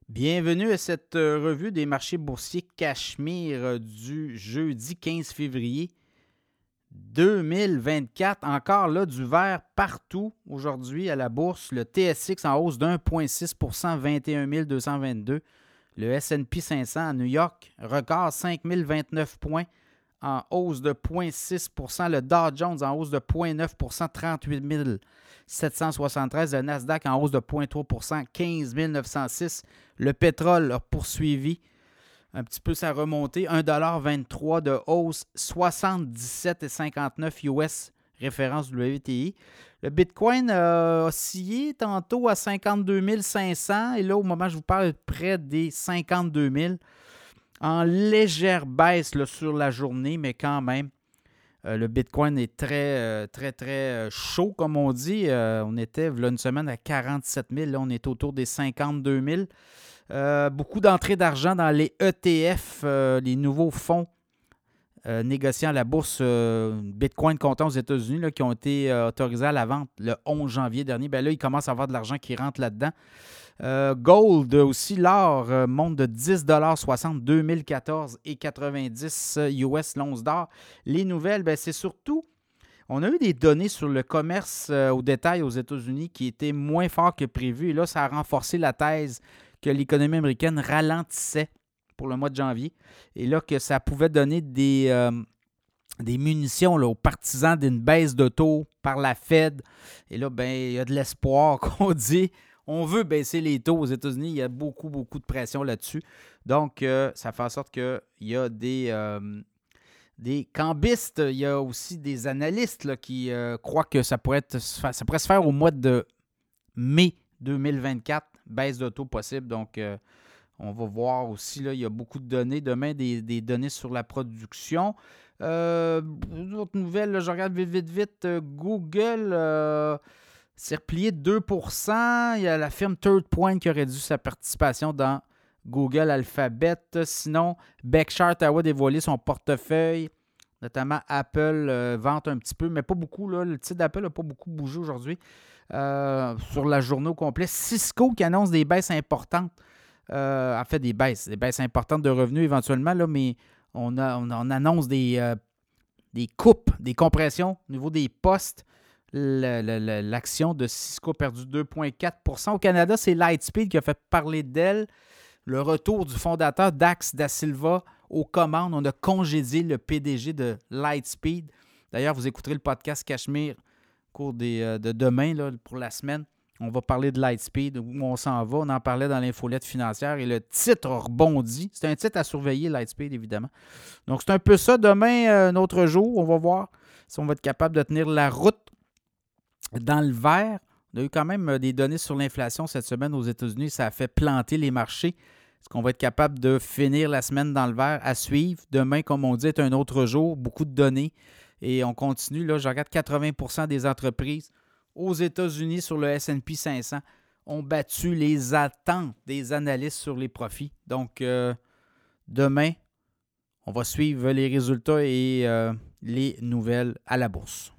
Bienvenue à cette revue des marchés boursiers Cachemire du jeudi 15 février 2024. Encore là, du vert partout aujourd'hui à la bourse. Le TSX en hausse d'1,6 21 222. Le S&P 500 à New York, record 5 029 points en hausse de 0,6 %. Le Dow Jones en hausse de 0,9 %, 38 773. Le Nasdaq en hausse de 0,3 %, 15 906. Le pétrole a poursuivi un petit peu sa remontée. 1,23 $ de hausse, 77,59 US, référence WTI. Le Bitcoin a oscillé tantôt à 52 500 et là, au moment où je vous parle, près des 52 000. En légère baisse là, sur la journée, mais quand même, le Bitcoin est très chaud, comme on dit. On était, là, une semaine à 47 000. Là, on est autour des 52 000. Beaucoup d'entrées d'argent dans les ETF, les nouveaux fonds négociant à la bourse Bitcoin comptant aux États-Unis là, qui ont été autorisés à la vente le 11 janvier dernier. Bien là, il commence à avoir de l'argent qui rentre là-dedans. Gold aussi, l'or monte de 10,60 $, 2014,90 US l'once d'or. Les nouvelles, ben, c'est surtout, on a eu des données sur le commerce au détail aux États-Unis qui étaient moins forts que prévu. Et là, ça a renforcé la thèse que l'économie américaine ralentissait pour le mois de janvier. Et là, que ça pouvait donner des munitions là, aux partisans d'une baisse de taux par la Fed. Et là, ben, il y a de l'espoir qu'on dit. On veut baisser les taux aux États-Unis. Il y a beaucoup de pression là-dessus. Donc, ça fait en sorte qu'il y a des cambistes. Il y a aussi des analystes là, qui croient que ça pourrait se faire au mois de mai 2024. Baisse de taux possible. Donc, on va voir aussi, là, il y a beaucoup de données. Demain, des données sur la production. Une autre nouvelle, là, je regarde vite. Google s'est replié de 2 %. Il y a la firme Third Point qui a réduit sa participation dans Google Alphabet. Sinon, Berkshire Hathaway a dévoilé son portefeuille. Notamment Apple vante un petit peu, mais pas beaucoup. Là. Le titre d'Apple n'a pas beaucoup bougé aujourd'hui sur la journée au complet. Cisco qui annonce des baisses importantes. En fait, des baisses importantes de revenus éventuellement, là, mais on annonce des coupes, des compressions au niveau des postes. L'action de Cisco a perdu 2,4 %. Au Canada, c'est Lightspeed qui a fait parler d'elle. Le retour du fondateur Dax Da Silva aux commandes. On a congédié le PDG de Lightspeed. D'ailleurs, vous écouterez le podcast Cachemire au cours de demain là, pour la semaine. On va parler de Lightspeed, où on s'en va. On en parlait dans l'infolette financière et le titre rebondit. C'est un titre à surveiller, Lightspeed, évidemment. Donc, c'est un peu ça. Demain, un autre jour, on va voir si on va être capable de tenir la route dans le vert. On a eu quand même des données sur l'inflation cette semaine aux États-Unis. Ça a fait planter les marchés. Est-ce qu'on va être capable de finir la semaine dans le vert à suivre? Demain, comme on dit, est un autre jour. Beaucoup de données. Et on continue. Là, je regarde 80 % des entreprises aux États-Unis sur le S&P 500 ont battu les attentes des analystes sur les profits. Donc, demain, on va suivre les résultats et les nouvelles à la bourse.